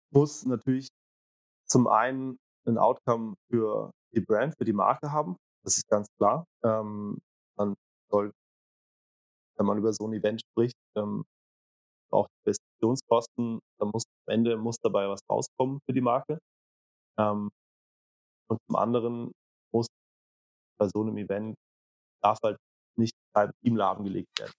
muss natürlich zum einen 'n Outcome für die Brand, für die Marke haben. Das ist ganz klar. Man soll, wenn man über so 'n Event spricht, auch Investitionskosten, da muss am Ende muss dabei was rauskommen für die Marke. Ähm, und zum anderen muss bei so 'nem Event darf halt nicht halb Team lahmgelegt werden.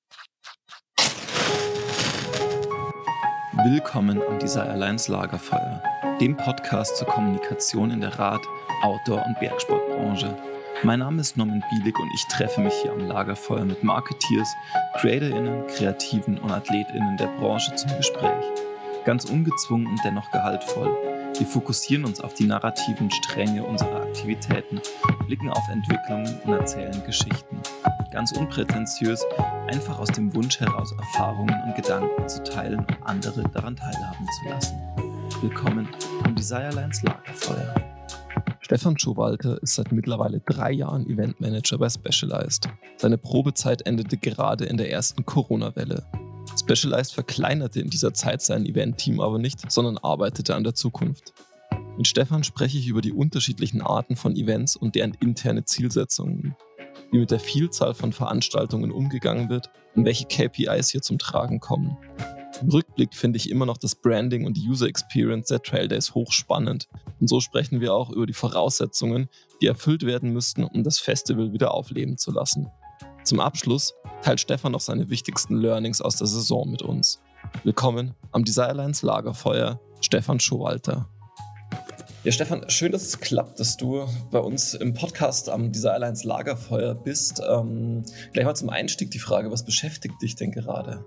Willkommen am Desirelines Lagerfeuer, dem Podcast zur Kommunikation in der Rad-, Outdoor- und Bergsportbranche. Mein Name ist Norman Bielig und ich treffe mich hier am Lagerfeuer mit Marketeers, CreatorInnen, Kreativen und AthletInnen der Branche zum Gespräch. Ganz ungezwungen und dennoch gehaltvoll. Wir fokussieren uns auf die narrativen Stränge unserer Aktivitäten, blicken auf Entwicklungen und erzählen Geschichten. Ganz unprätentiös, einfach aus dem Wunsch heraus Erfahrungen und Gedanken zu teilen und andere daran teilhaben zu lassen. Willkommen am Desirelines Lagerfeuer. Stefan Schowalter ist seit mittlerweile 3 Jahren Eventmanager bei Specialized. Seine Probezeit endete gerade in der ersten Corona-Welle. Specialized verkleinerte in dieser Zeit sein Eventteam aber nicht, sondern arbeitete an der Zukunft. Mit Stefan spreche ich über die unterschiedlichen Arten von Events und deren interne Zielsetzungen, wie mit der Vielzahl von Veranstaltungen umgegangen wird und welche KPIs hier zum Tragen kommen. Im Rückblick finde ich immer noch das Branding und die User Experience der Trail Days hochspannend. Und so sprechen wir auch über die Voraussetzungen, die erfüllt werden müssten, um das Festival wieder aufleben zu lassen. Zum Abschluss teilt Stefan noch seine wichtigsten Learnings aus der Saison mit uns. Willkommen am Desirelines Lagerfeuer, Stefan Schowalter. Ja, Stefan, schön, dass es klappt, dass du bei uns im Podcast am Desirelines Lagerfeuer bist. Gleich mal zum Einstieg die Frage, was beschäftigt dich denn gerade?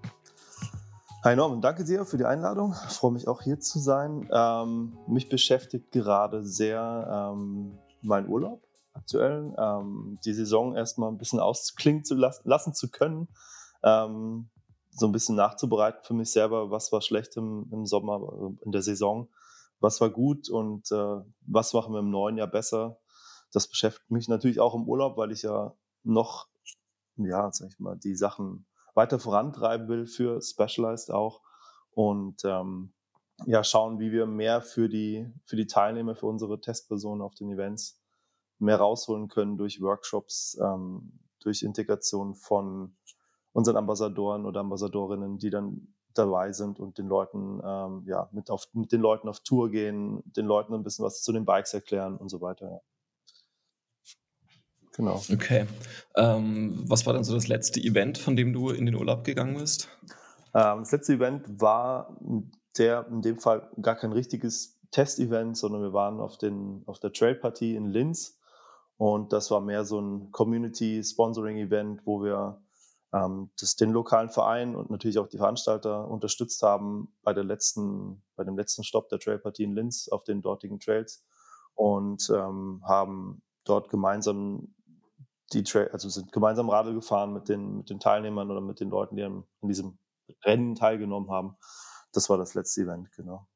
Hi Norman, danke dir für die Einladung. Ich freue mich auch hier zu sein. Mich beschäftigt gerade sehr mein Urlaub aktuell. Die Saison erstmal ein bisschen ausklingen lassen zu können. So ein bisschen nachzubereiten für mich selber, was war schlecht im Sommer, in der Saison, was war gut und was machen wir im neuen Jahr besser. Das beschäftigt mich natürlich auch im Urlaub, weil ich ja noch, ja, sag ich mal, die Sachen weiter vorantreiben will für Specialized auch und ja, schauen, wie wir mehr für die Teilnehmer, für unsere Testpersonen auf den Events mehr rausholen können durch Workshops, durch Integration von unseren Ambassadoren oder Ambassadorinnen, die dann dabei sind und den Leuten ja, mit den Leuten auf Tour gehen, den Leuten ein bisschen was zu den Bikes erklären und so weiter. Ja. Genau. Okay. Was war dann so das letzte Event, von dem du in den Urlaub gegangen bist? Das letzte Event war in dem Fall gar kein richtiges Testevent, sondern wir waren auf der Trailpartie in Linz und das war mehr so ein Community-Sponsoring-Event, wo wir den lokalen Verein und natürlich auch die Veranstalter unterstützt haben bei dem letzten Stopp der Trailpartie in Linz auf den dortigen Trails und haben dort gemeinsam sind gemeinsam Radl gefahren mit den Teilnehmern oder mit den Leuten, die an diesem Rennen teilgenommen haben. Das war das letzte Event, genau.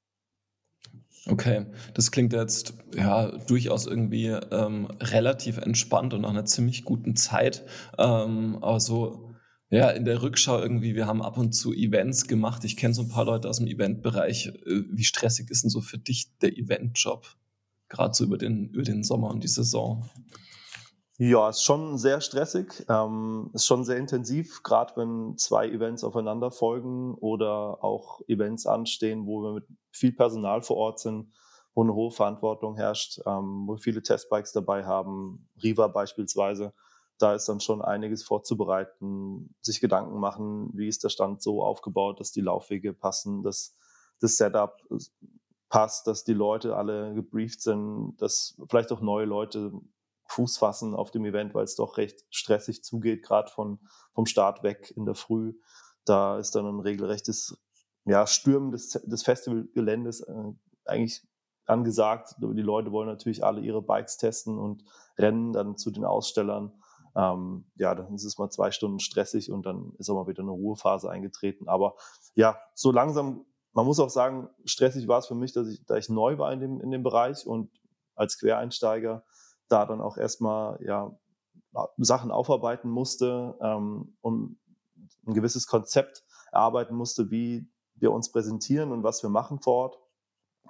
Okay, das klingt jetzt ja durchaus irgendwie relativ entspannt und nach einer ziemlich guten Zeit. Aber so, ja, in der Rückschau irgendwie, wir haben ab und zu Events gemacht. Ich kenne so ein paar Leute aus dem Eventbereich. Wie stressig ist denn so für dich der Eventjob? Gerade so über den Sommer und die Saison. Ja, ist schon sehr stressig, ist schon sehr intensiv, gerade wenn 2 Events aufeinander folgen oder auch Events anstehen, wo wir mit viel Personal vor Ort sind, wo eine hohe Verantwortung herrscht, wo wir viele Testbikes dabei haben, Riva beispielsweise. Da ist dann schon einiges vorzubereiten, sich Gedanken machen, wie ist der Stand so aufgebaut, dass die Laufwege passen, dass das Setup passt, dass die Leute alle gebrieft sind, dass vielleicht auch neue Leute Fuß fassen auf dem Event, weil es doch recht stressig zugeht, gerade vom Start weg in der Früh. Da ist dann ein regelrechtes, ja, Stürmen des Festivalgeländes eigentlich angesagt. Die Leute wollen natürlich alle ihre Bikes testen und rennen dann zu den Ausstellern. Ja, dann ist es mal 2 Stunden stressig und dann ist auch mal wieder eine Ruhephase eingetreten. Aber ja, so langsam, man muss auch sagen, stressig war es für mich, da ich neu war in dem Bereich und als Quereinsteiger da dann auch erstmal ja, Sachen aufarbeiten musste und ein gewisses Konzept erarbeiten musste, wie wir uns präsentieren und was wir machen vor Ort.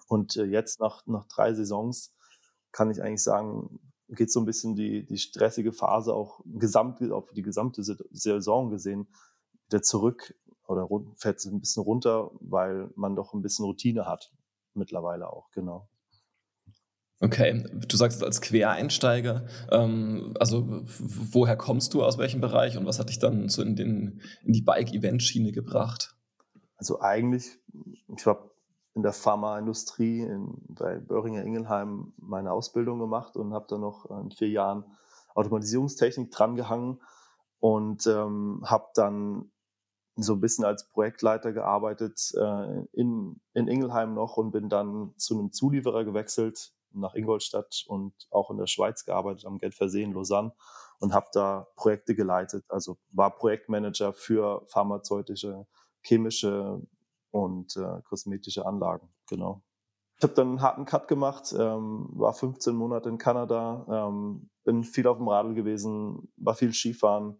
Und jetzt nach 3 Saisons kann ich eigentlich sagen, geht so ein bisschen die stressige Phase auch auf die gesamte Saison gesehen wieder zurück oder fährt so ein bisschen runter, weil man doch ein bisschen Routine hat mittlerweile auch, genau. Okay, du sagst als Quereinsteiger, also woher kommst du, aus welchem Bereich und was hat dich dann so in die Bike-Event-Schiene gebracht? Also eigentlich, ich habe in der Pharmaindustrie bei Boehringer Ingelheim meine Ausbildung gemacht und habe dann noch in 4 Jahren Automatisierungstechnik drangehangen und habe dann so ein bisschen als Projektleiter gearbeitet in Ingelheim noch und bin dann zu einem Zulieferer gewechselt nach Ingolstadt und auch in der Schweiz gearbeitet, am Genfersee in Lausanne und habe da Projekte geleitet. Also war Projektmanager für pharmazeutische, chemische und kosmetische Anlagen, genau. Ich habe dann einen harten Cut gemacht, war 15 Monate in Kanada, bin viel auf dem Radl gewesen, war viel Skifahren.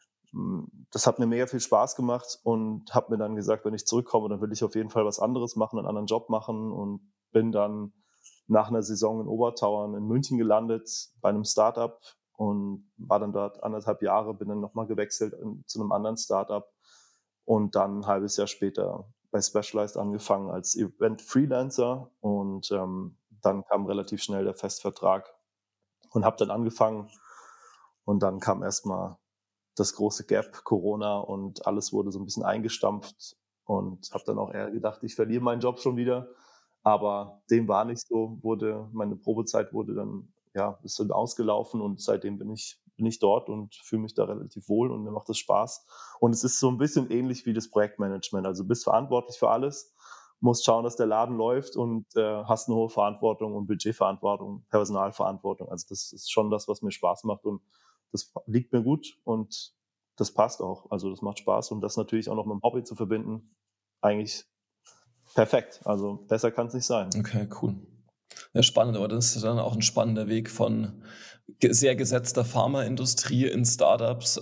Das hat mir mega viel Spaß gemacht und habe mir dann gesagt, wenn ich zurückkomme, dann will ich auf jeden Fall was anderes machen, einen anderen Job machen und bin dann nach einer Saison in Obertauern in München gelandet bei einem Startup und war dann dort 1,5 Jahre, bin dann nochmal gewechselt zu einem anderen Startup und dann ein halbes Jahr später bei Specialized angefangen als Event-Freelancer und dann kam relativ schnell der Festvertrag und habe dann angefangen und dann kam erstmal das große Gap, Corona und alles wurde so ein bisschen eingestampft und habe dann auch eher gedacht, ich verliere meinen Job schon wieder, aber dem war nicht so, meine Probezeit wurde dann, ja, ist dann ausgelaufen und seitdem bin ich dort und fühle mich da relativ wohl und mir macht das Spaß. Und es ist so ein bisschen ähnlich wie das Projektmanagement. Also, du bist verantwortlich für alles, musst schauen, dass der Laden läuft und hast eine hohe Verantwortung und Budgetverantwortung, Personalverantwortung. Also, das ist schon das, was mir Spaß macht und das liegt mir gut und das passt auch. Also, das macht Spaß und das natürlich auch noch mit dem Hobby zu verbinden, eigentlich perfekt. Also, besser kann's nicht sein. Okay, cool. Ja, spannend, aber das ist dann auch ein spannender Weg von sehr gesetzter Pharmaindustrie in Startups,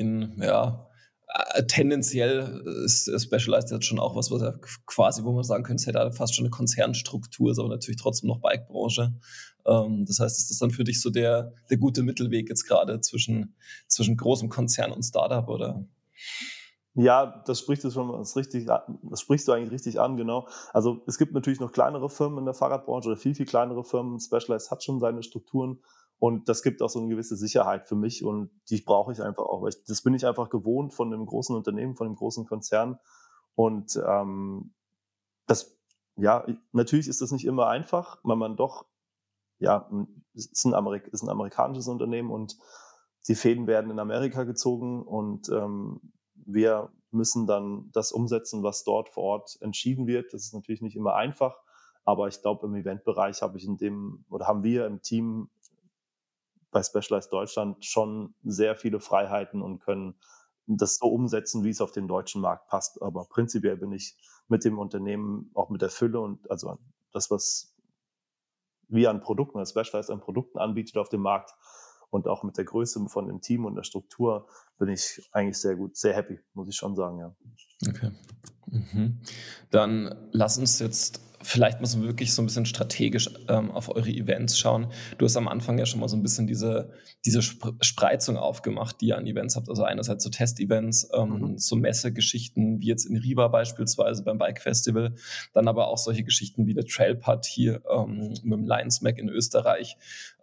tendenziell ist Specialized jetzt schon auch was ja quasi, wo man sagen könnte, es hätte fast schon eine Konzernstruktur, ist aber natürlich trotzdem noch Bike-Branche. Das heißt, ist das dann für dich so der gute Mittelweg jetzt gerade zwischen großem Konzern und Startup, oder? Ja, das sprichst du eigentlich richtig an, genau. Also, es gibt natürlich noch kleinere Firmen in der Fahrradbranche oder viel, viel kleinere Firmen. Specialized hat schon seine Strukturen und das gibt auch so eine gewisse Sicherheit für mich und die brauche ich einfach auch, weil das bin ich einfach gewohnt von einem großen Unternehmen, von einem großen Konzern und das ja, natürlich ist das nicht immer einfach, weil man doch ja, es ist ein amerikanisches Unternehmen und die Fäden werden in Amerika gezogen und wir müssen dann das umsetzen, was dort vor Ort entschieden wird. Das ist natürlich nicht immer einfach, aber ich glaube, im Eventbereich haben wir im Team bei Specialized Deutschland schon sehr viele Freiheiten und können das so umsetzen, wie es auf den deutschen Markt passt. Aber prinzipiell bin ich mit dem Unternehmen, auch mit der Fülle und also das, was wir an Produkten, als Specialized an Produkten anbietet auf dem Markt und auch mit der Größe von dem Team und der Struktur bin ich eigentlich sehr happy, muss ich schon sagen, ja. Okay. Mhm. Dann lass uns jetzt vielleicht mal so wirklich so ein bisschen strategisch auf eure Events schauen. Du hast am Anfang ja schon mal so ein bisschen diese Spreizung aufgemacht, die ihr an Events habt. Also einerseits so Test-Events, Mhm. so Messegeschichten wie jetzt in Riva beispielsweise beim Bike Festival, dann aber auch solche Geschichten wie der Trailpad hier mit dem Lions Mac in Österreich.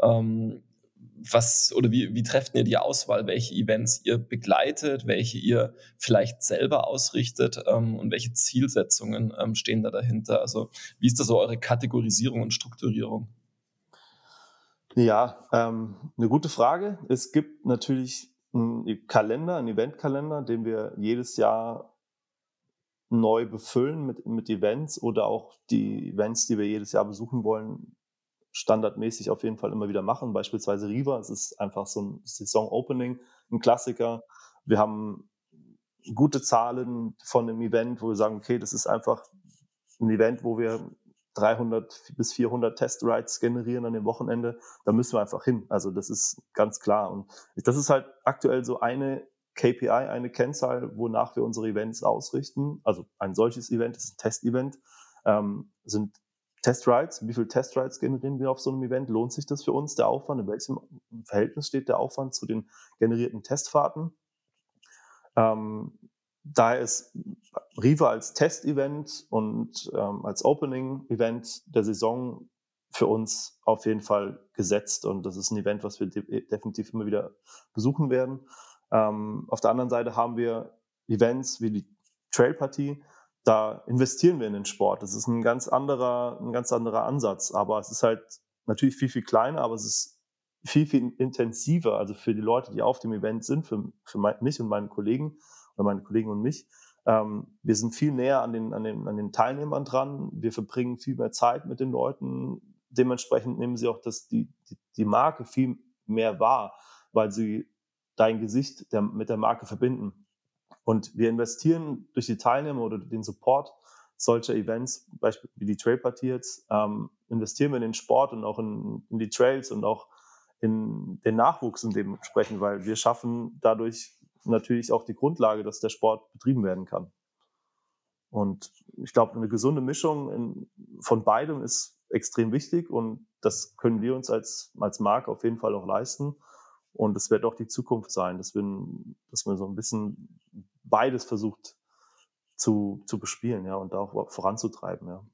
Wie trefft ihr die Auswahl, welche Events ihr begleitet, welche ihr vielleicht selber ausrichtet und welche Zielsetzungen stehen da dahinter? Also wie ist da so eure Kategorisierung und Strukturierung? Ja, 'ne gute Frage. Es gibt natürlich einen Eventkalender, den wir jedes Jahr neu befüllen mit Events oder auch die Events, die wir jedes Jahr besuchen wollen, standardmäßig auf jeden Fall immer wieder machen. Beispielsweise Riva, es ist einfach so ein Saison-Opening, ein Klassiker. Wir haben gute Zahlen von dem Event, wo wir sagen, okay, das ist einfach ein Event, wo wir 300 bis 400 Test-Rides generieren an dem Wochenende. Da müssen wir einfach hin. Also das ist ganz klar. Und das ist halt aktuell so eine KPI, eine Kennzahl, wonach wir unsere Events ausrichten. Also ein solches Event ist ein Testevent, sind Testrides, wie viele Testrides generieren wir auf so einem Event? Lohnt sich das für uns, der Aufwand? In welchem Verhältnis steht der Aufwand zu den generierten Testfahrten? Daher ist Riva als Testevent und als Opening-Event der Saison für uns auf jeden Fall gesetzt, und das ist ein Event, was wir definitiv immer wieder besuchen werden. Auf der anderen Seite haben wir Events wie die Trailpartie. Da investieren wir in den Sport. Das ist ein ganz anderer Ansatz, aber es ist halt natürlich viel, viel kleiner, aber es ist viel, viel intensiver, also für die Leute, die auf dem Event sind, für mich und meine Kollegen oder meine Kollegen und mich. Wir sind viel näher an den Teilnehmern dran. Wir verbringen viel mehr Zeit mit den Leuten. Dementsprechend nehmen sie auch die Marke viel mehr wahr, weil sie dein Gesicht mit der Marke verbinden. Und wir investieren durch die Teilnehmer oder den Support solcher Events, beispielsweise wie die Trailpartie jetzt, investieren wir in den Sport und auch in die Trails und auch in den Nachwuchs dementsprechend, weil wir schaffen dadurch natürlich auch die Grundlage, dass der Sport betrieben werden kann. Und ich glaube, eine gesunde Mischung von beidem ist extrem wichtig, und das können wir uns als Marke auf jeden Fall auch leisten. Und es wird auch die Zukunft sein, dass man so ein bisschen beides versucht zu bespielen, ja, und auch voranzutreiben, ja.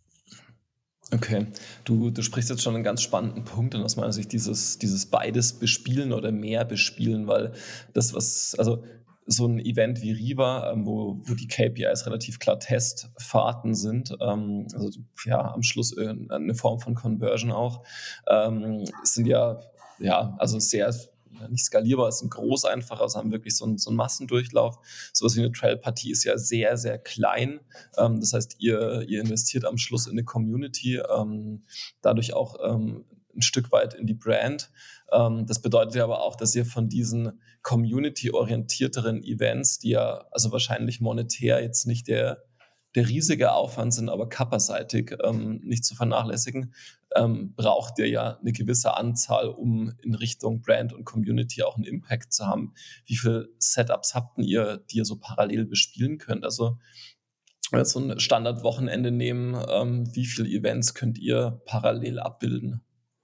Okay, du sprichst jetzt schon einen ganz spannenden Punkt an, aus meiner Sicht, dieses beides bespielen oder mehr bespielen, weil also so ein Event wie Riva, wo die KPIs relativ klar Testfahrten sind, also ja, am Schluss eine Form von Conversion auch, sind ja, also sehr nicht skalierbar, sind groß einfach, also haben wirklich so einen Massendurchlauf. Sowas wie eine Trail-Partie ist ja sehr, sehr klein. Das heißt, ihr investiert am Schluss in eine Community, dadurch auch ein Stück weit in die Brand. Das bedeutet ja aber auch, dass ihr von diesen community-orientierteren Events, die ja also wahrscheinlich monetär jetzt nicht der riesige Aufwand sind, aber kapperseitig nicht zu vernachlässigen, braucht ihr ja eine gewisse Anzahl, um in Richtung Brand und Community auch einen Impact zu haben. Wie viele Setups habt ihr, die ihr so parallel bespielen könnt? Also wenn wir jetzt so ein Standardwochenende nehmen, wie viele Events könnt ihr parallel abbilden?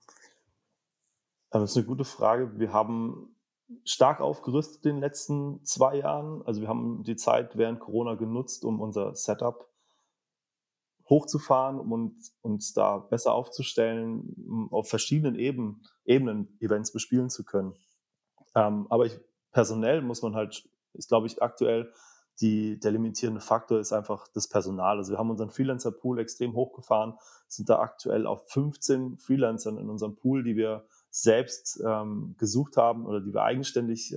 Das ist eine gute Frage. Wir haben stark aufgerüstet in den letzten 2 Jahren. Also wir haben die Zeit während Corona genutzt, um unser Setup hochzufahren, um uns da besser aufzustellen, um auf verschiedenen Ebenen Events bespielen zu können. Aber personell muss man halt, ist glaube ich aktuell der limitierende Faktor ist einfach das Personal. Also wir haben unseren Freelancer-Pool extrem hochgefahren, sind da aktuell auf 15 Freelancern in unserem Pool, die wir selbst gesucht haben oder die wir eigenständig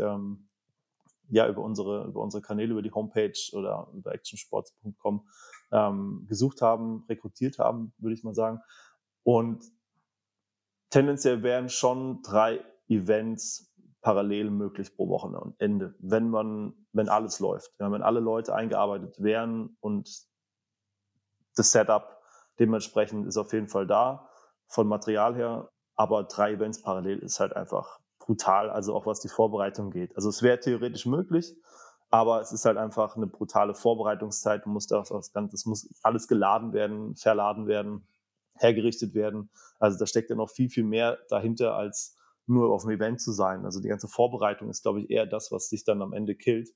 über unsere Kanäle, über die Homepage oder über actionsports.com gesucht haben, rekrutiert haben, würde ich mal sagen. Und tendenziell wären schon 3 Events parallel möglich pro Wochenende, wenn alles läuft. Ja, wenn alle Leute eingearbeitet wären und das Setup dementsprechend ist auf jeden Fall da, von Material her, aber 3 Events parallel ist halt einfach brutal, also auch was die Vorbereitung geht. Also es wäre theoretisch möglich, aber es ist halt einfach eine brutale Vorbereitungszeit. Es muss alles geladen werden, verladen werden, hergerichtet werden. Also da steckt ja noch viel, viel mehr dahinter, als nur auf dem Event zu sein. Also die ganze Vorbereitung ist, glaube ich, eher das, was dich dann am Ende killt,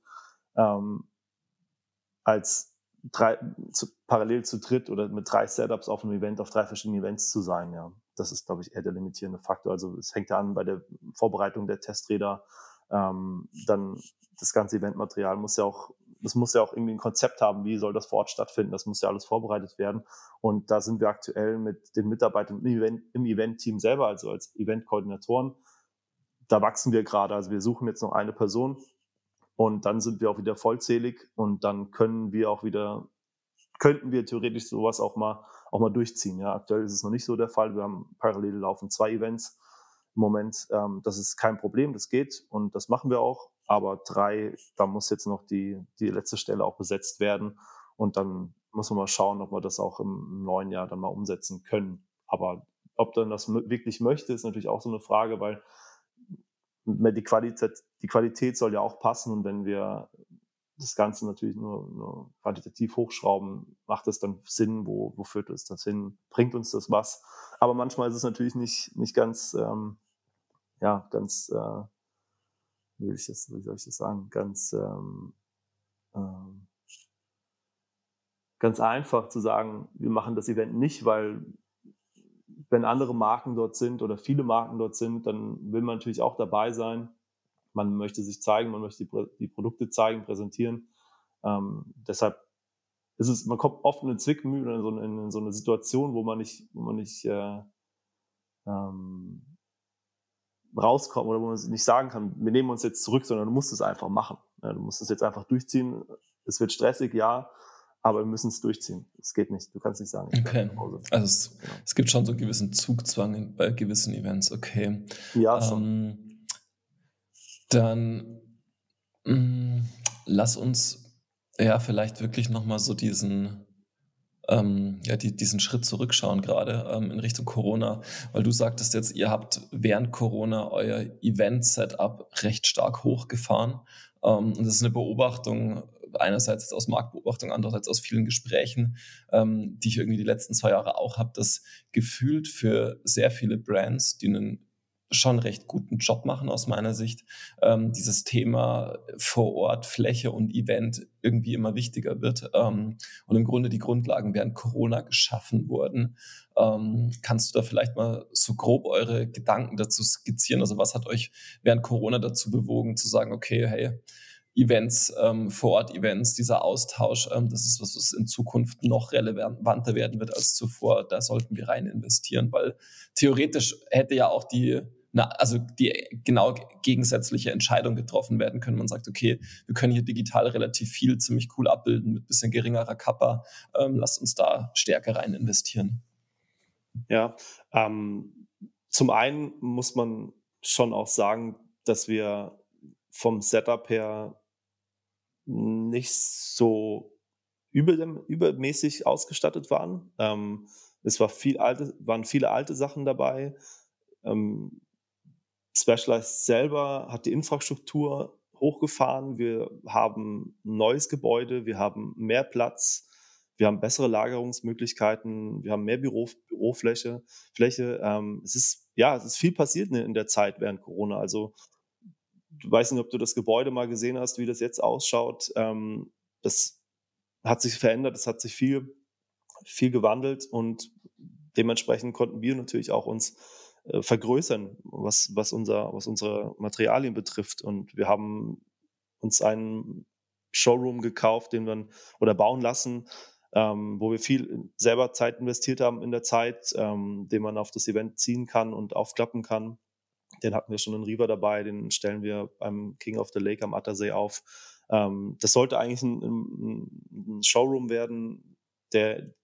als parallel zu dritt oder mit 3 Setups auf einem Event, auf 3 verschiedenen Events zu sein. Ja, das ist, glaube ich, eher der limitierende Faktor. Also es hängt ja an bei der Vorbereitung der Testräder. Dann das ganze Eventmaterial muss ja auch irgendwie ein Konzept haben, wie soll das vor Ort stattfinden. Das muss ja alles vorbereitet werden. Und da sind wir aktuell mit den Mitarbeitern im Event-Team selber, also als Event-Koordinatoren, da wachsen wir gerade. Also wir suchen jetzt noch eine Person, und dann sind wir auch wieder vollzählig, und dann könnten wir theoretisch sowas auch mal durchziehen. Ja, aktuell ist es noch nicht so der Fall. Wir haben parallel laufen 2 Events im Moment. Das ist kein Problem, das geht und das machen wir auch. Aber 3, da muss jetzt noch die letzte Stelle auch besetzt werden, und dann muss man mal schauen, ob wir das auch im neuen Jahr dann mal umsetzen können. Aber ob dann das wirklich möchte, ist natürlich auch so eine Frage, weil die Qualität soll ja auch passen, und wenn wir das Ganze natürlich nur quantitativ hochschrauben, macht das dann Sinn, wo führt uns das hin, bringt uns das was? Aber manchmal ist es natürlich nicht ganz, wie soll ich das sagen, ähm, ganz einfach zu sagen, wir machen das Event nicht, weil wenn andere Marken dort sind oder viele Marken dort sind, dann will man natürlich auch dabei sein. Man möchte sich zeigen, man möchte die Produkte zeigen, präsentieren. Deshalb man kommt oft in eine Zwickmühle oder in so eine Situation, wo man nicht rauskommt oder wo man nicht sagen kann, wir nehmen uns jetzt zurück, sondern du musst es einfach machen. Ja, du musst es jetzt einfach durchziehen. Es wird stressig, ja, aber wir müssen es durchziehen. Es geht nicht. Du kannst nicht sagen, ich Okay. nach Hause. Also Genau. es gibt schon so einen gewissen Zugzwang bei gewissen Events, okay. Ja, schon. Dann lass uns ja vielleicht wirklich nochmal so diesen Schritt zurückschauen, gerade in Richtung Corona, weil du sagtest jetzt, ihr habt während Corona euer Event-Setup recht stark hochgefahren. Und das ist eine Beobachtung, einerseits aus Marktbeobachtung, andererseits aus vielen Gesprächen, die ich irgendwie die letzten 2 Jahre auch habe, dass gefühlt für sehr viele Brands, die einen schon recht guten Job machen aus meiner Sicht, dieses Thema vor Ort, Fläche und Event irgendwie immer wichtiger wird. Und im Grunde die Grundlagen während Corona geschaffen wurden. Kannst du da vielleicht mal so grob eure Gedanken dazu skizzieren? Also was hat euch während Corona dazu bewogen, zu sagen, okay, hey, Events, Vor-Ort-Events, dieser Austausch, das ist was in Zukunft noch relevanter werden wird als zuvor. Da sollten wir rein investieren, weil theoretisch hätte ja auch die genau gegensätzliche Entscheidung getroffen werden können. Man sagt, okay, wir können hier digital relativ viel ziemlich cool abbilden mit bisschen geringerer Kappa. Lasst uns da stärker rein investieren. Ja, zum einen muss man schon auch sagen, dass wir vom Setup her nicht so übermäßig ausgestattet waren. Waren viele alte Sachen dabei. Ähm, Specialized selber hat die Infrastruktur hochgefahren. Wir haben ein neues Gebäude, wir haben mehr Platz, wir haben bessere Lagerungsmöglichkeiten, wir haben mehr Bürofläche. Es ist viel passiert in der Zeit während Corona. Also, du weißt nicht, ob du das Gebäude mal gesehen hast, wie das jetzt ausschaut. Das hat sich verändert, es hat sich viel gewandelt und dementsprechend konnten wir natürlich auch uns vergrößern, was unsere Materialien betrifft. Und wir haben uns einen Showroom gekauft, oder bauen lassen, wo wir viel selber Zeit investiert haben in der Zeit, den man auf das Event ziehen kann und aufklappen kann. Den hatten wir schon in Riva dabei, den stellen wir beim King of the Lake am Attersee auf. Das sollte eigentlich ein Showroom werden, der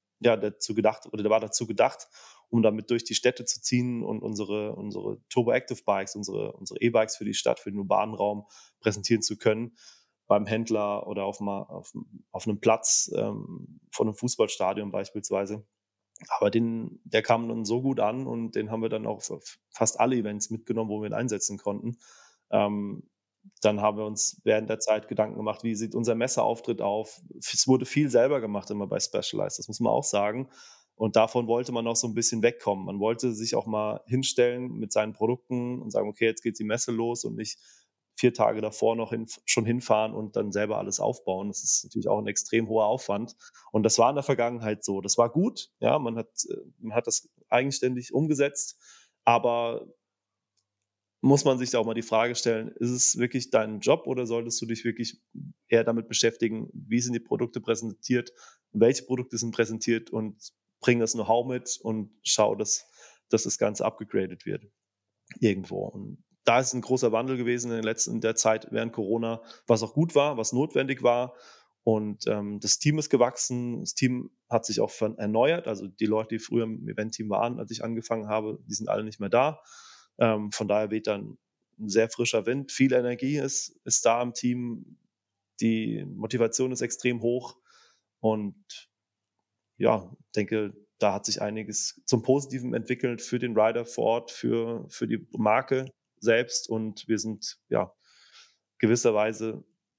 der war dazu gedacht, um damit durch die Städte zu ziehen und unsere Turbo Active Bikes, unsere E-Bikes für die Stadt, für den urbanen Raum präsentieren zu können beim Händler oder auf einem Platz von einem Fußballstadion beispielsweise. Aber der kam dann so gut an und den haben wir dann auch für fast alle Events mitgenommen, wo wir ihn einsetzen konnten. Ähm, Dann haben wir uns während der Zeit Gedanken gemacht, wie sieht unser Messeauftritt auf? Es wurde viel selber gemacht immer bei Specialized, das muss man auch sagen. Und davon wollte man auch so ein bisschen wegkommen. Man wollte sich auch mal hinstellen mit seinen Produkten und sagen, okay, jetzt geht die Messe los und nicht 4 Tage davor schon hinfahren und dann selber alles aufbauen. Das ist natürlich auch ein extrem hoher Aufwand. Und das war in der Vergangenheit so. Das war gut, ja, man hat das eigenständig umgesetzt, aber muss man sich da auch mal die Frage stellen, ist es wirklich dein Job oder solltest du dich wirklich eher damit beschäftigen, wie sind die Produkte präsentiert, welche Produkte sind präsentiert und bring das Know-how mit und schau, dass das Ganze abgegradet wird irgendwo. Und da ist ein großer Wandel gewesen in der Zeit während Corona, was auch gut war, was notwendig war. Und das Team ist gewachsen, das Team hat sich auch erneuert. Also die Leute, die früher im Event-Team waren, als ich angefangen habe, die sind alle nicht mehr da. Von daher weht dann ein sehr frischer Wind. Viel Energie ist da im Team. Die Motivation ist extrem hoch. Und ja, denke, da hat sich einiges zum Positiven entwickelt für den Rider vor Ort, für die Marke selbst. Und wir sind ja gewisserweise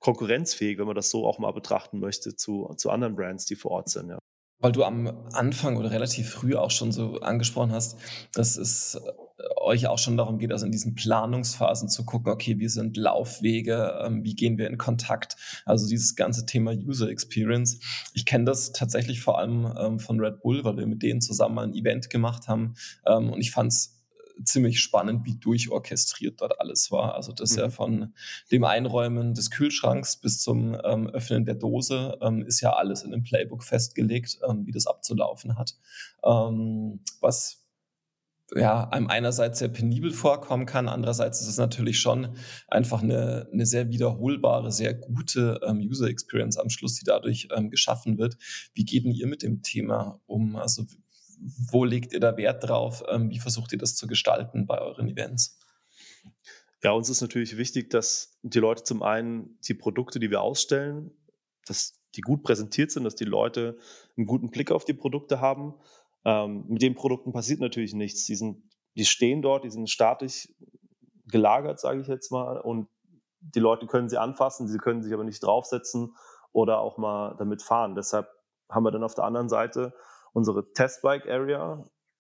konkurrenzfähig, wenn man das so auch mal betrachten möchte, zu anderen Brands, die vor Ort sind, ja. Weil du am Anfang oder relativ früh auch schon so angesprochen hast, dass es euch auch schon darum geht, also in diesen Planungsphasen zu gucken, okay, wie sind Laufwege, wie gehen wir in Kontakt? Also dieses ganze Thema User Experience. Ich kenne das tatsächlich vor allem von Red Bull, weil wir mit denen zusammen mal ein Event gemacht haben. Und ich fand es ziemlich spannend, wie durchorchestriert dort alles war. Also das ja von dem Einräumen des Kühlschranks bis zum Öffnen der Dose ist ja alles in dem Playbook festgelegt, wie das abzulaufen hat. Was ja einem einerseits sehr penibel vorkommen kann, andererseits ist es natürlich schon einfach eine sehr wiederholbare, sehr gute User Experience am Schluss, die dadurch geschaffen wird. Wie geht denn ihr mit dem Thema um? Also wo legt ihr da Wert drauf? Wie versucht ihr das zu gestalten bei euren Events? Ja, uns ist natürlich wichtig, dass die Leute zum einen die Produkte, die wir ausstellen, dass die gut präsentiert sind, dass die Leute einen guten Blick auf die Produkte haben. Mit den Produkten passiert natürlich nichts. Die stehen dort, die sind statisch gelagert, sage ich jetzt mal, und die Leute können sie anfassen, sie können sich aber nicht draufsetzen oder auch mal damit fahren. Deshalb haben wir dann auf der anderen Seite unsere Testbike-Area,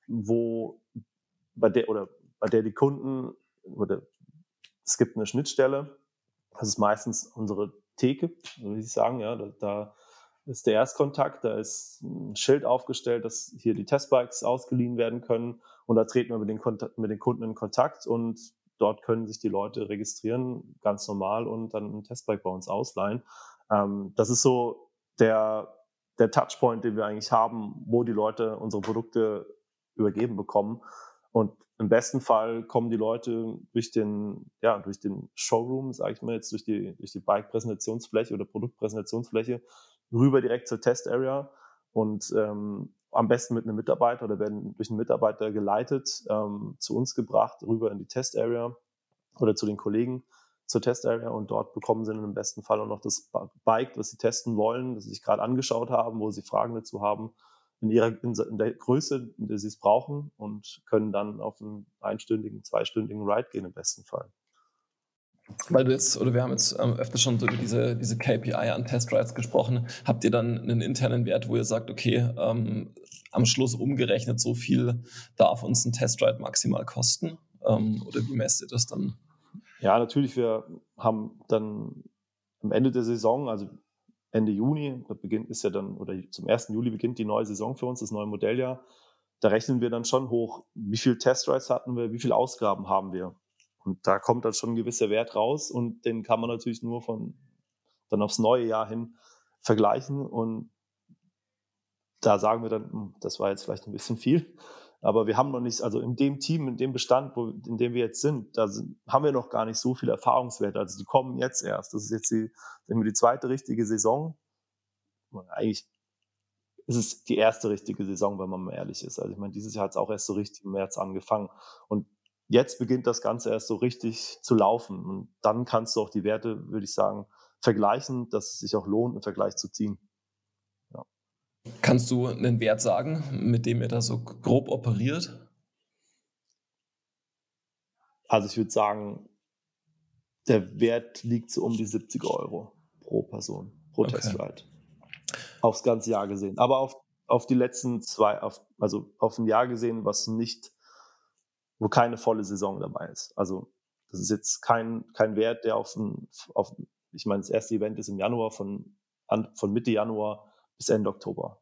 bei der die Kunden oder es gibt eine Schnittstelle, das ist meistens unsere Theke, würde ich sagen, ja, da ist der Erstkontakt, da ist ein Schild aufgestellt, dass hier die Testbikes ausgeliehen werden können, und da treten wir mit den Kunden in Kontakt, und dort können sich die Leute registrieren, ganz normal, und dann ein Testbike bei uns ausleihen. Das ist so der Touchpoint, den wir eigentlich haben, wo die Leute unsere Produkte übergeben bekommen. Und im besten Fall kommen die Leute durch den Showroom, sage ich mal jetzt, durch die Bike-Präsentationsfläche oder Produktpräsentationsfläche rüber direkt zur Test-Area, und am besten mit einem Mitarbeiter, oder werden durch einen Mitarbeiter geleitet, zu uns gebracht, rüber in die Test-Area oder zu den Kollegen zur Test-Area, und dort bekommen sie dann im besten Fall auch noch das Bike, das sie testen wollen, das sie sich gerade angeschaut haben, wo sie Fragen dazu haben, in der Größe, in der sie es brauchen, und können dann auf einen einstündigen, zweistündigen Ride gehen im besten Fall. Weil wir haben jetzt öfter schon so über diese KPI an Testrides gesprochen. Habt ihr dann einen internen Wert, wo ihr sagt, okay, am Schluss umgerechnet, so viel darf uns ein Testride maximal kosten? Oder wie messt ihr das dann? Ja, natürlich, wir haben dann am Ende der Saison, also Ende Juni, zum 1. Juli beginnt die neue Saison für uns, das neue Modelljahr. Da rechnen wir dann schon hoch, wie viel Testrides hatten wir, wie viel Ausgaben haben wir. Und da kommt dann schon ein gewisser Wert raus, und den kann man natürlich nur dann aufs neue Jahr hin vergleichen. Und da sagen wir dann, das war jetzt vielleicht ein bisschen viel, aber wir haben noch nicht, also in dem Team, in dem Bestand, in dem wir jetzt sind, haben wir noch gar nicht so viele Erfahrungswerte. Also die kommen jetzt erst. Das ist jetzt die zweite richtige Saison. Eigentlich ist es die erste richtige Saison, wenn man mal ehrlich ist. Also ich meine, dieses Jahr hat es auch erst so richtig im März angefangen. Und jetzt beginnt das Ganze erst so richtig zu laufen. Und dann kannst du auch die Werte, würde ich sagen, vergleichen, dass es sich auch lohnt, einen Vergleich zu ziehen. Ja. Kannst du einen Wert sagen, mit dem ihr da so grob operiert? Also ich würde sagen, der Wert liegt so um die 70 € pro Person, pro Testride. Aufs ganze Jahr gesehen. Aber auf die letzten also auf ein Jahr gesehen, wo keine volle Saison dabei ist. Also das ist jetzt kein Wert, der ich meine, das erste Event ist im Januar, von Mitte Januar bis Ende Oktober.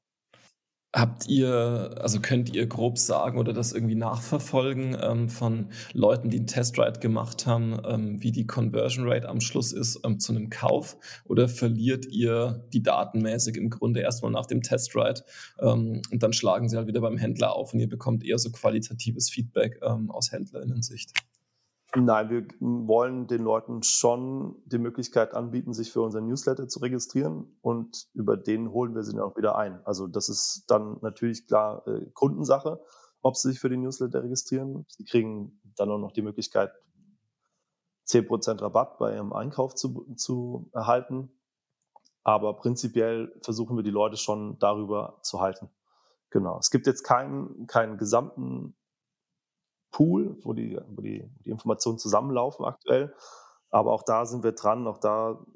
Könnt ihr grob sagen oder das irgendwie nachverfolgen von Leuten, die einen Testride gemacht haben, wie die Conversion Rate am Schluss ist zu einem Kauf? Oder verliert ihr die datenmäßig im Grunde erstmal nach dem Testride und dann schlagen sie halt wieder beim Händler auf und ihr bekommt eher so qualitatives Feedback aus HändlerInnen-Sicht? Nein, wir wollen den Leuten schon die Möglichkeit anbieten, sich für unseren Newsletter zu registrieren, und über den holen wir sie dann auch wieder ein. Also das ist dann natürlich klar Kundensache, ob sie sich für den Newsletter registrieren. Sie kriegen dann auch noch die Möglichkeit, 10% Rabatt bei ihrem Einkauf zu erhalten. Aber prinzipiell versuchen wir die Leute schon darüber zu halten. Genau. Es gibt jetzt keinen gesamten Pool, wo die Informationen zusammenlaufen aktuell. Aber auch da sind wir dran, auch da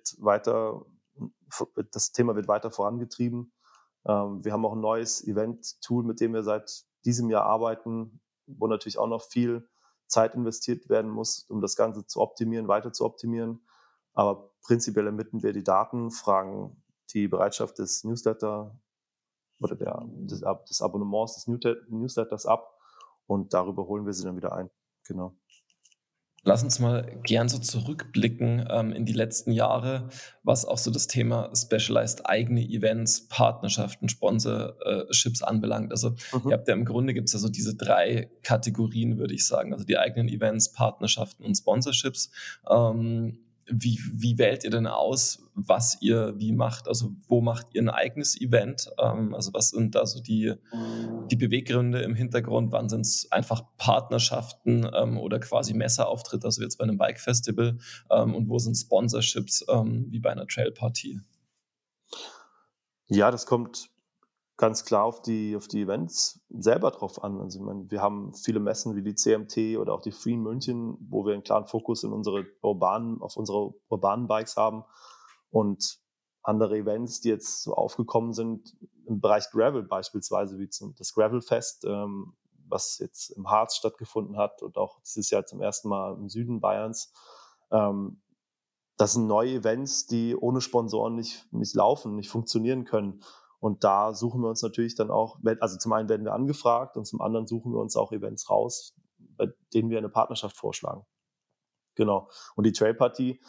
das Thema wird weiter vorangetrieben. Wir haben auch ein neues Event-Tool, mit dem wir seit diesem Jahr arbeiten, wo natürlich auch noch viel Zeit investiert werden muss, um das Ganze zu optimieren, weiter zu optimieren. Aber prinzipiell ermitteln wir die Daten, fragen die Bereitschaft des Newsletter oder des Abonnements des Newsletters ab und darüber holen wir sie dann wieder ein. Genau. Lass uns mal gern so zurückblicken in die letzten Jahre, was auch so das Thema Specialized eigene Events, Partnerschaften, Sponsorships anbelangt. Also ihr habt ja im Grunde, gibt es ja so diese 3 Kategorien, würde ich sagen. Also die eigenen Events, Partnerschaften und Sponsorships. Wie wählt ihr denn aus, was ihr wie macht? Also wo macht ihr ein eigenes Event? Also was sind da so die Beweggründe im Hintergrund? Wann sind es einfach Partnerschaften oder quasi Messeauftritte, also jetzt bei einem Bike-Festival? Und wo sind Sponsorships wie bei einer Trailpartie? Ja, das kommt ganz klar auf die Events selber drauf an. Also ich meine, wir haben viele Messen wie die CMT oder auch die Free in München, wo wir einen klaren Fokus auf unsere urbanen Bikes haben und andere Events, die jetzt so aufgekommen sind im Bereich Gravel beispielsweise, wie das Gravelfest, was jetzt im Harz stattgefunden hat und auch dieses Jahr zum ersten Mal im Süden Bayerns. Das sind neue Events, die ohne Sponsoren nicht laufen, nicht funktionieren können. Und da suchen wir uns natürlich dann auch, also zum einen werden wir angefragt und zum anderen suchen wir uns auch Events raus, bei denen wir eine Partnerschaft vorschlagen. Genau. Und die Trailpartie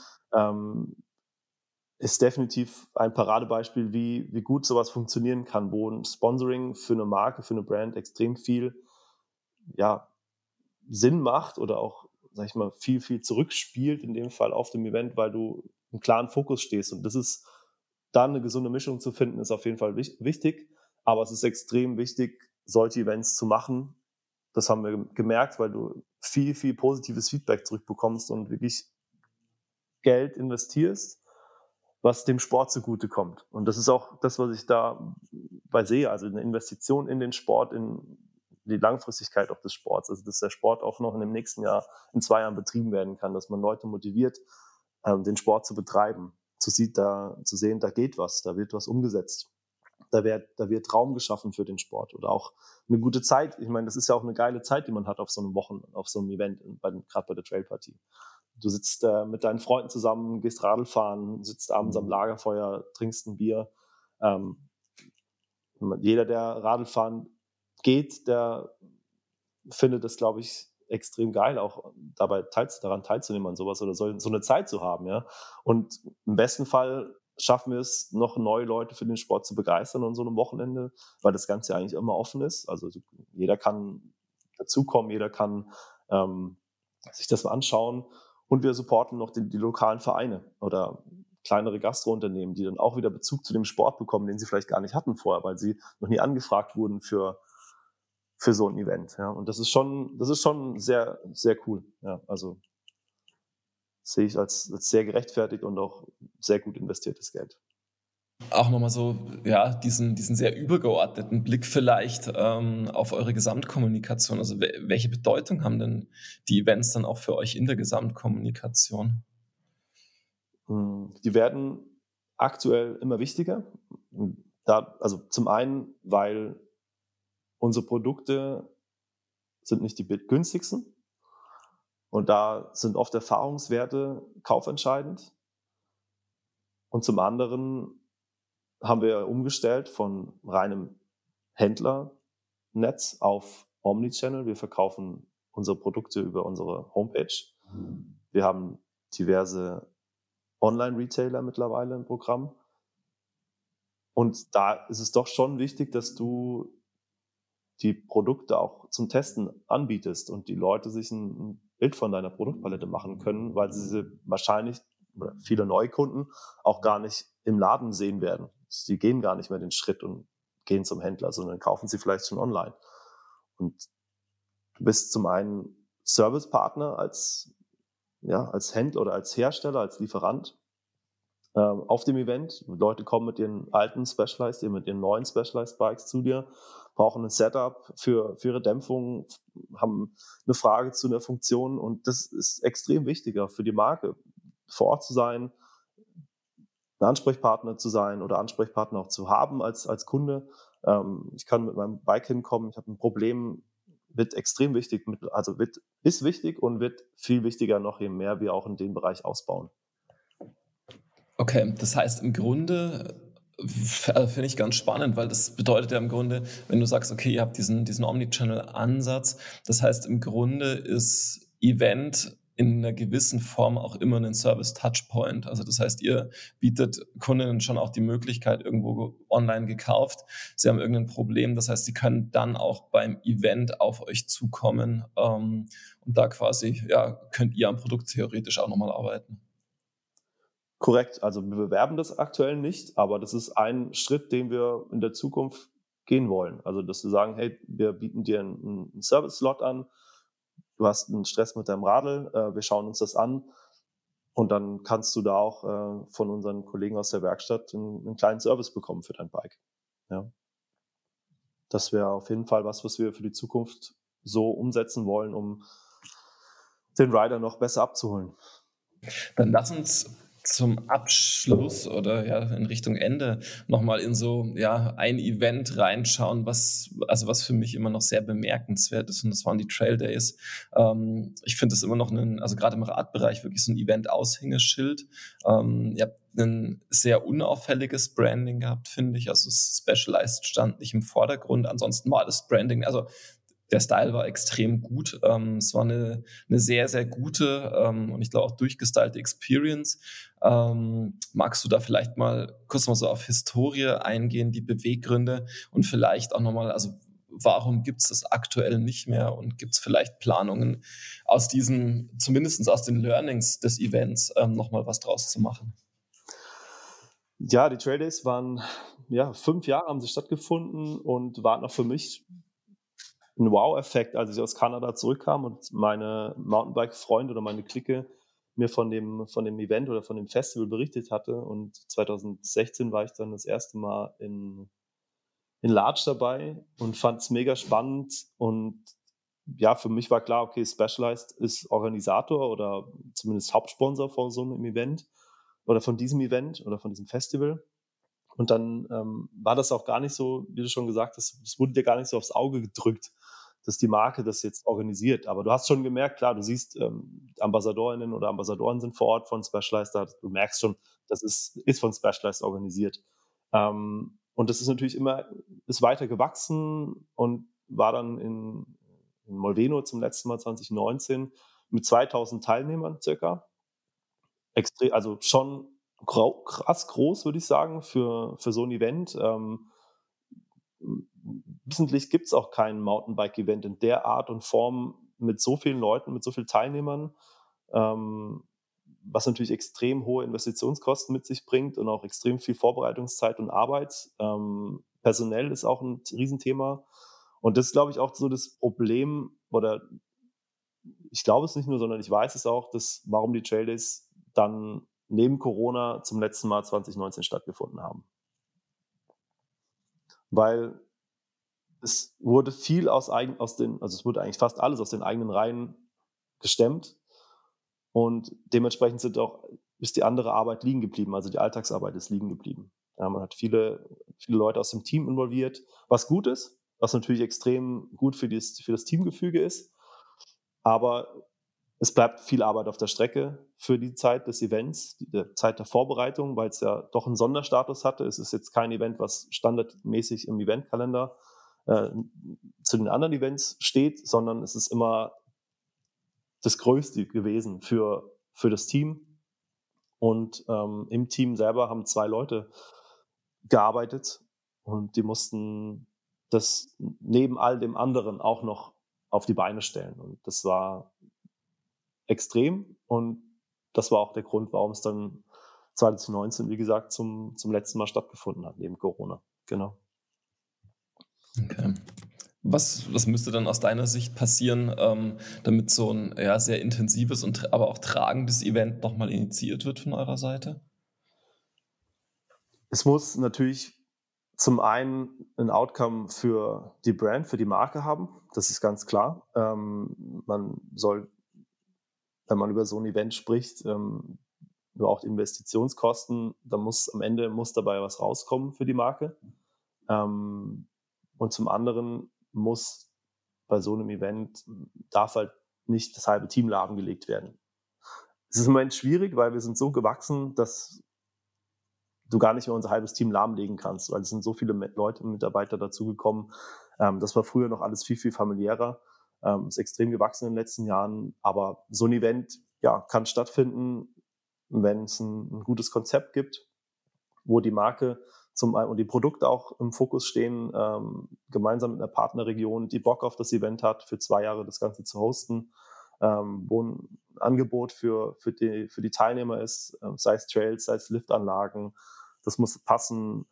ist definitiv ein Paradebeispiel, wie gut sowas funktionieren kann, wo ein Sponsoring für eine Marke, für eine Brand extrem viel Sinn macht oder auch, sag ich mal, viel zurückspielt, in dem Fall auf dem Event, weil du einen klaren Fokus stehst. Und das ist, da eine gesunde Mischung zu finden, ist auf jeden Fall wichtig. Aber es ist extrem wichtig, solche Events zu machen. Das haben wir gemerkt, weil du viel positives Feedback zurückbekommst und wirklich Geld investierst, was dem Sport zugutekommt. Und das ist auch das, was ich dabei sehe. Also eine Investition in den Sport, in die Langfristigkeit auch des Sports. Also dass der Sport auch noch in dem nächsten Jahr, in 2 Jahren betrieben werden kann, dass man Leute motiviert, den Sport zu betreiben, zu sehen, da geht was, da wird was umgesetzt. Da wird Raum geschaffen für den Sport oder auch eine gute Zeit. Ich meine, das ist ja auch eine geile Zeit, die man hat auf so einem Event, gerade bei der Trailpartie. Du sitzt mit deinen Freunden zusammen, gehst Radl fahren, sitzt abends am Lagerfeuer, trinkst ein Bier. Jeder, der Radl fahren geht, der findet es, glaube ich, extrem geil, auch daran teilzunehmen an sowas oder so eine Zeit zu haben. Ja? Und im besten Fall schaffen wir es, noch neue Leute für den Sport zu begeistern an so einem Wochenende, weil das Ganze eigentlich immer offen ist. Also jeder kann dazukommen, jeder kann sich das mal anschauen. Und wir supporten noch die lokalen Vereine oder kleinere Gastrounternehmen, die dann auch wieder Bezug zu dem Sport bekommen, den sie vielleicht gar nicht hatten vorher, weil sie noch nie angefragt wurden für so ein Event. Ja. Und das ist schon sehr, sehr cool. Ja. Also sehe ich als sehr gerechtfertigt und auch sehr gut investiertes Geld. Auch nochmal so, ja, diesen sehr übergeordneten Blick vielleicht auf eure Gesamtkommunikation. Also welche Bedeutung haben denn die Events dann auch für euch in der Gesamtkommunikation? Die werden aktuell immer wichtiger. Also zum einen, weil unsere Produkte sind nicht die günstigsten und da sind oft Erfahrungswerte kaufentscheidend. Und zum anderen haben wir umgestellt von reinem Händlernetz auf Omnichannel. Wir verkaufen unsere Produkte über unsere Homepage. Wir haben diverse Online-Retailer mittlerweile im Programm. Und da ist es doch schon wichtig, dass du die Produkte auch zum Testen anbietest und die Leute sich ein Bild von deiner Produktpalette machen können, weil sie wahrscheinlich, oder viele Neukunden, auch gar nicht im Laden sehen werden. Sie gehen gar nicht mehr den Schritt und gehen zum Händler, sondern kaufen sie vielleicht schon online. Und du bist zum einen Servicepartner als Händler oder als Hersteller, als Lieferant auf dem Event. Leute kommen mit ihren alten Specialized, mit ihren neuen Specialized Bikes zu dir brauchen ein Setup für ihre Dämpfung, haben eine Frage zu einer Funktion und das ist extrem wichtiger für die Marke, vor Ort zu sein, ein Ansprechpartner zu sein oder Ansprechpartner auch zu haben als Kunde. Ich kann mit meinem Bike hinkommen, ich habe ein Problem, wird extrem wichtig, ist wichtig und wird viel wichtiger noch, je mehr wir auch in dem Bereich ausbauen. Okay, das heißt im Grunde, finde ich ganz spannend, weil das bedeutet ja im Grunde, wenn du sagst, okay, ihr habt diesen Omnichannel-Ansatz, das heißt im Grunde ist Event in einer gewissen Form auch immer einen Service-Touchpoint. Also das heißt, ihr bietet Kundinnen schon auch die Möglichkeit, irgendwo online gekauft, sie haben irgendein Problem, das heißt, sie können dann auch beim Event auf euch zukommen und da quasi, ja, könnt ihr am Produkt theoretisch auch nochmal arbeiten. Korrekt, also wir bewerben das aktuell nicht, aber das ist ein Schritt, den wir in der Zukunft gehen wollen. Also dass wir sagen, hey, wir bieten dir einen Service-Slot an, du hast einen Stress mit deinem Radl, wir schauen uns das an und dann kannst du da auch von unseren Kollegen aus der Werkstatt einen kleinen Service bekommen für dein Bike. Ja. Das wäre auf jeden Fall was wir für die Zukunft so umsetzen wollen, um den Rider noch besser abzuholen. Dann lass uns zum Abschluss oder ja in Richtung Ende nochmal in so ein Event reinschauen, was für mich immer noch sehr bemerkenswert ist, und das waren die Trail Days. Ich finde das immer noch also gerade im Radbereich wirklich so ein Event-Aushängeschild. Ihr habt ein sehr unauffälliges Branding gehabt, finde ich. Also Specialized stand nicht im Vordergrund. Ansonsten war das Branding, also der Style war extrem gut. Es war eine sehr, sehr gute und ich glaube auch durchgestylte Experience. Magst du da vielleicht mal kurz mal so auf Historie eingehen, die Beweggründe und vielleicht auch nochmal, also warum gibt es das aktuell nicht mehr und gibt es vielleicht Planungen aus zumindest aus den Learnings des Events nochmal was draus zu machen? Ja, die Trail Days waren, 5 Jahre haben sie stattgefunden und waren auch für mich ein Wow-Effekt, als ich aus Kanada zurückkam und meine Mountainbike-Freunde oder meine Clique mir von dem Event oder von dem Festival berichtet hatte. Und 2016 war ich dann das erste Mal in Larch dabei und fand es mega spannend. Und ja, für mich war klar, okay, Specialized ist Organisator oder zumindest Hauptsponsor von so einem Event oder von diesem Event oder von diesem Festival. Und dann war das auch gar nicht so, wie du schon gesagt hast, es wurde dir gar nicht so aufs Auge gedrückt, dass die Marke das jetzt organisiert. Aber du hast schon gemerkt, klar, du siehst, Ambassadorinnen oder Ambassadoren sind vor Ort von Specialized, du merkst schon, das ist von Specialized organisiert. Und das ist natürlich ist weiter gewachsen und war dann in Molveno zum letzten Mal 2019 mit 2000 Teilnehmern circa. Also schon krass groß, würde ich sagen, für so ein Event. Wissentlich gibt es auch kein Mountainbike-Event in der Art und Form mit so vielen Leuten, mit so vielen Teilnehmern, was natürlich extrem hohe Investitionskosten mit sich bringt und auch extrem viel Vorbereitungszeit und Arbeit. Personell ist auch ein Riesenthema. Und das ist, glaube ich, auch so das Problem, oder ich glaube es nicht nur, sondern ich weiß es auch, warum die Trail Days dann neben Corona zum letzten Mal 2019 stattgefunden haben. Weil es wurde viel also es wurde eigentlich fast alles aus den eigenen Reihen gestemmt und dementsprechend ist die andere Arbeit liegen geblieben, also die Alltagsarbeit ist liegen geblieben. Ja, man hat viele Leute aus dem Team involviert, was gut ist, was natürlich extrem gut für das Teamgefüge ist, aber es bleibt viel Arbeit auf der Strecke für die Zeit des Events, die Zeit der Vorbereitung, weil es ja doch einen Sonderstatus hatte. Es ist jetzt kein Event, was standardmäßig im Eventkalender zu den anderen Events steht, sondern es ist immer das Größte gewesen für das Team. Und im Team selber haben 2 Leute gearbeitet und die mussten das neben all dem anderen auch noch auf die Beine stellen. Und das war extrem und das war auch der Grund, warum es dann 2019, wie gesagt, zum letzten Mal stattgefunden hat, neben Corona. Genau. Okay. Was müsste dann aus deiner Sicht passieren, damit so ein sehr intensives und aber auch tragendes Event nochmal initiiert wird von eurer Seite? Es muss natürlich zum einen ein Outcome für die Brand, für die Marke haben, das ist ganz klar. Man soll, wenn man über so ein Event spricht, über auch die Investitionskosten, da muss dabei was rauskommen für die Marke. Und zum anderen muss bei so einem Event, darf halt nicht das halbe Team lahmgelegt werden. Es ist im Moment schwierig, weil wir sind so gewachsen, dass du gar nicht mehr unser halbes Team lahmlegen kannst, weil es sind so viele Leute und Mitarbeiter dazugekommen. Das war früher noch alles viel, viel familiärer. Ist extrem gewachsen in den letzten Jahren. Aber so ein Event, ja, kann stattfinden, wenn es ein gutes Konzept gibt, wo die Marke und die Produkte auch im Fokus stehen, gemeinsam mit einer Partnerregion, die Bock auf das Event hat, für 2 Jahre das Ganze zu hosten, wo ein Angebot für die Teilnehmer ist, sei es Trails, sei es Liftanlagen. Das muss passen,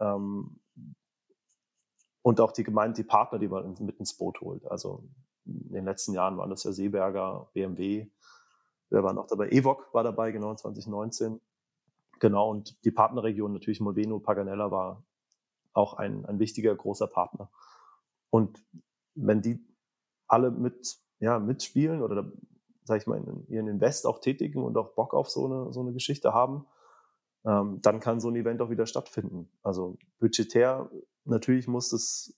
und auch die Partner, die man mit ins Boot holt. Also in den letzten Jahren waren das ja Seeberger, BMW, wer war noch dabei? Evoque war dabei, genau, 2019. Genau, und die Partnerregion natürlich Molveno, Paganella war auch ein wichtiger, großer Partner. Und wenn die alle mitspielen oder, sag ich mal, ihren Invest auch tätigen und auch Bock auf so eine Geschichte haben, dann kann so ein Event auch wieder stattfinden. Also budgetär, natürlich muss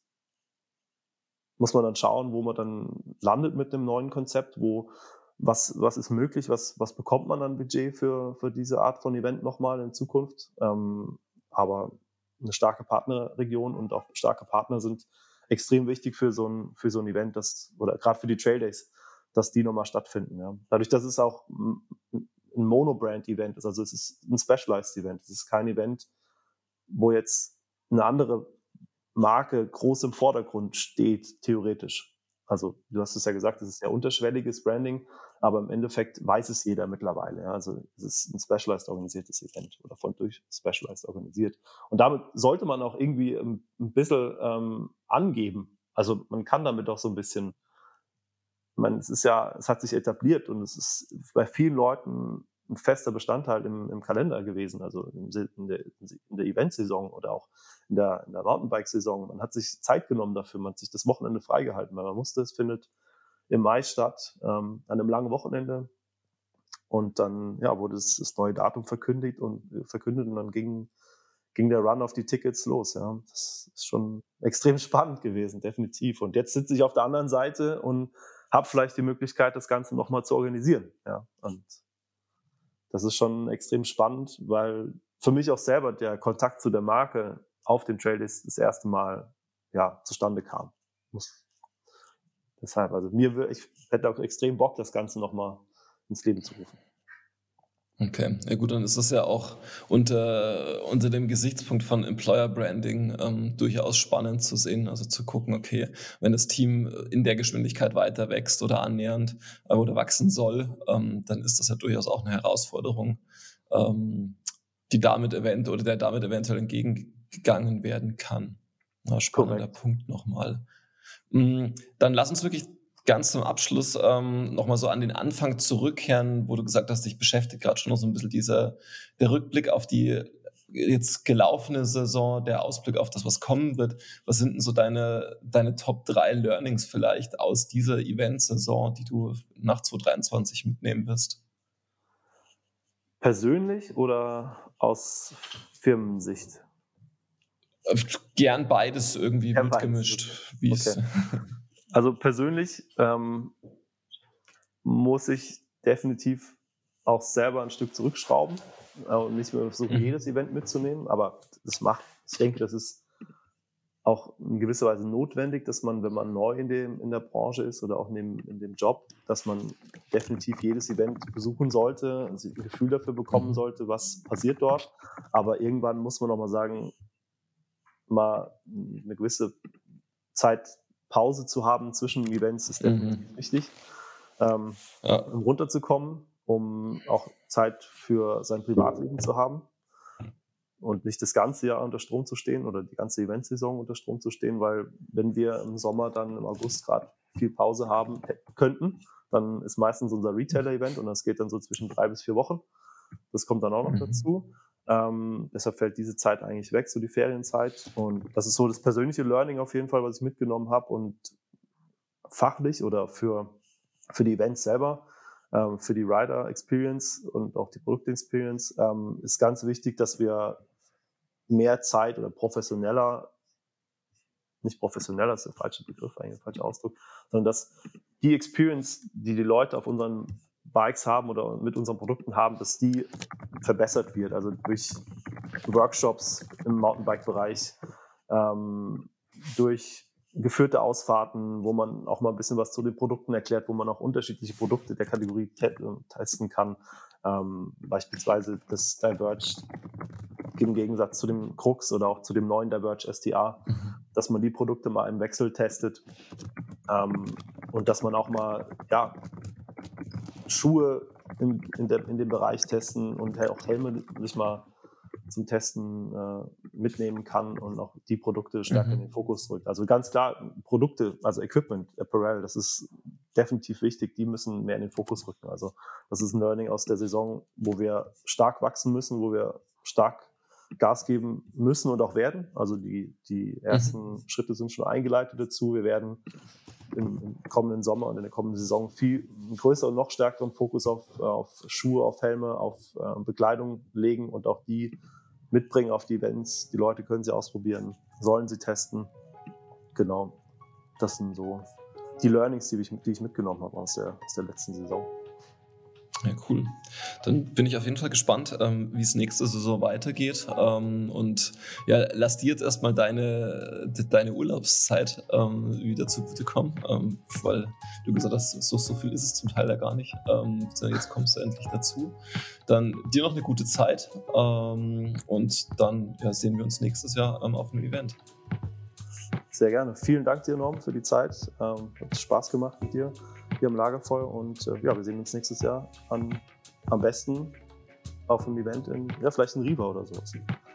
man dann schauen, wo man dann landet mit einem neuen Konzept, was ist möglich, was bekommt man an Budget für diese Art von Event nochmal in Zukunft. Aber eine starke Partnerregion und auch starke Partner sind extrem wichtig für so ein Event, oder gerade für die Trail Days, dass die nochmal stattfinden. Ja. Dadurch, dass es auch ein Monobrand-Event ist, also es ist ein Specialized-Event. Es ist kein Event, wo jetzt eine andere Marke groß im Vordergrund steht, theoretisch. Also du hast es ja gesagt, es ist ja unterschwelliges Branding, aber im Endeffekt weiß es jeder mittlerweile. Ja? Also es ist ein Specialized organisiertes Event oder durch Specialized organisiert. Und damit sollte man auch irgendwie ein bisschen angeben. Also man kann damit auch so ein bisschen, es hat sich etabliert und es ist bei vielen Leuten ein fester Bestandteil im Kalender gewesen, also in der Eventsaison oder auch in der Mountainbike-Saison. Man hat sich Zeit genommen dafür, man hat sich das Wochenende freigehalten, weil man wusste, es findet im Mai statt, an einem langen Wochenende. Und dann wurde das neue Datum verkündet und dann ging der Run auf die Tickets los. Ja. Das ist schon extrem spannend gewesen, definitiv. Und jetzt sitze ich auf der anderen Seite und habe vielleicht die Möglichkeit, das Ganze nochmal zu organisieren. Ja. Und das ist schon extrem spannend, weil für mich auch selber der Kontakt zu der Marke auf dem Trail das erste Mal zustande kam. Deshalb, also ich hätte auch extrem Bock, das Ganze nochmal ins Leben zu rufen. Okay, ja gut, dann ist das ja auch unter dem Gesichtspunkt von Employer Branding durchaus spannend zu sehen, also zu gucken, okay, wenn das Team in der Geschwindigkeit weiter wächst oder annähernd oder wachsen soll, dann ist das ja durchaus auch eine Herausforderung, der damit eventuell entgegengegangen werden kann. Ja, spannender Korrekt. Punkt nochmal. Dann lass uns wirklich ganz zum Abschluss nochmal so an den Anfang zurückkehren, wo du gesagt hast, dich beschäftigt gerade schon noch so ein bisschen der Rückblick auf die jetzt gelaufene Saison, der Ausblick auf das, was kommen wird. Was sind denn so deine Top 3 Learnings vielleicht aus dieser Event-Saison, die du nach 2023 mitnehmen wirst? Persönlich oder aus Firmensicht? Gern beides irgendwie Gern mitgemischt. beides, okay. Also persönlich muss ich definitiv auch selber ein Stück zurückschrauben und nicht mehr versuchen, jedes Event mitzunehmen. Aber ich denke, das ist auch in gewisser Weise notwendig, dass man, wenn man neu in der Branche ist oder auch in dem Job, dass man definitiv jedes Event besuchen sollte, also ein Gefühl dafür bekommen sollte, was passiert dort. Aber irgendwann muss man auch mal sagen, mal eine gewisse Zeit Pause zu haben zwischen Events ist definitiv wichtig, um runterzukommen, um auch Zeit für sein Privatleben zu haben und nicht das ganze Jahr unter Strom zu stehen oder die ganze Eventsaison unter Strom zu stehen, weil wenn wir im Sommer dann im August gerade viel Pause haben könnten, dann ist meistens unser Retailer-Event und das geht dann so zwischen 3 bis 4 Wochen. Das kommt dann auch noch dazu. Deshalb fällt diese Zeit eigentlich weg, so die Ferienzeit. Und das ist so das persönliche Learning auf jeden Fall, was ich mitgenommen habe. Und fachlich oder für die Events selber, für die Rider Experience und auch die Produkt-Experience ist ganz wichtig, dass wir mehr Zeit oder nicht professioneller ist der falsche Begriff, eigentlich der falsche Ausdruck, sondern dass die Experience, die die Leute auf unseren Bikes haben oder mit unseren Produkten haben, dass die verbessert wird. Also durch Workshops im Mountainbike-Bereich, durch geführte Ausfahrten, wo man auch mal ein bisschen was zu den Produkten erklärt, wo man auch unterschiedliche Produkte der Kategorie testen kann. Beispielsweise das Diverge im Gegensatz zu dem Crux oder auch zu dem neuen Diverge STR, dass man die Produkte mal im Wechsel testet und dass man auch mal Schuhe in dem Bereich testen und auch Helme sich mal zum Testen mitnehmen kann und auch die Produkte stärker in den Fokus drückt. Also ganz klar, Produkte, also Equipment, Apparel, das ist definitiv wichtig, die müssen mehr in den Fokus rücken. Also das ist ein Learning aus der Saison, wo wir stark wachsen müssen, wo wir stark Gas geben müssen und auch werden. Also die ersten Schritte sind schon eingeleitet dazu. Wir werden im kommenden Sommer und in der kommenden Saison viel größeren, noch stärkeren Fokus auf Schuhe, auf Helme, auf Bekleidung legen und auch die mitbringen auf die Events. Die Leute können sie ausprobieren, sollen sie testen. Genau, das sind so die Learnings, die ich mitgenommen habe aus der letzten Saison. Ja, cool. Dann bin ich auf jeden Fall gespannt, wie es nächste Saison weitergeht. Und ja, lass dir jetzt erstmal deine Urlaubszeit wieder zugutekommen, weil du gesagt hast, so viel ist es zum Teil ja gar nicht. Jetzt kommst du endlich dazu. Dann dir noch eine gute Zeit und dann sehen wir uns nächstes Jahr auf einem Event. Sehr gerne. Vielen Dank dir, Norm, für die Zeit. Hat Spaß gemacht mit dir hier am Lagerfeuer und wir sehen uns nächstes Jahr am besten auf einem Event vielleicht in Riva oder sowas.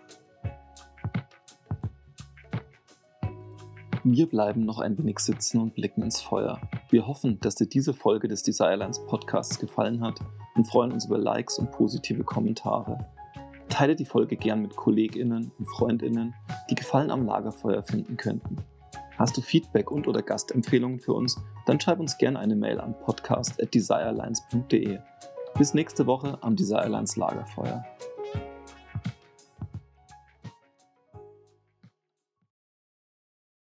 Wir bleiben noch ein wenig sitzen und blicken ins Feuer. Wir hoffen, dass dir diese Folge des Desirelines Podcasts gefallen hat und freuen uns über Likes und positive Kommentare. Teile die Folge gern mit KollegInnen und FreundInnen, die Gefallen am Lagerfeuer finden könnten. Hast du Feedback und/oder Gastempfehlungen für uns, dann schreib uns gerne eine Mail an podcast@desirelines.de. Bis nächste Woche am Desirelines Lagerfeuer.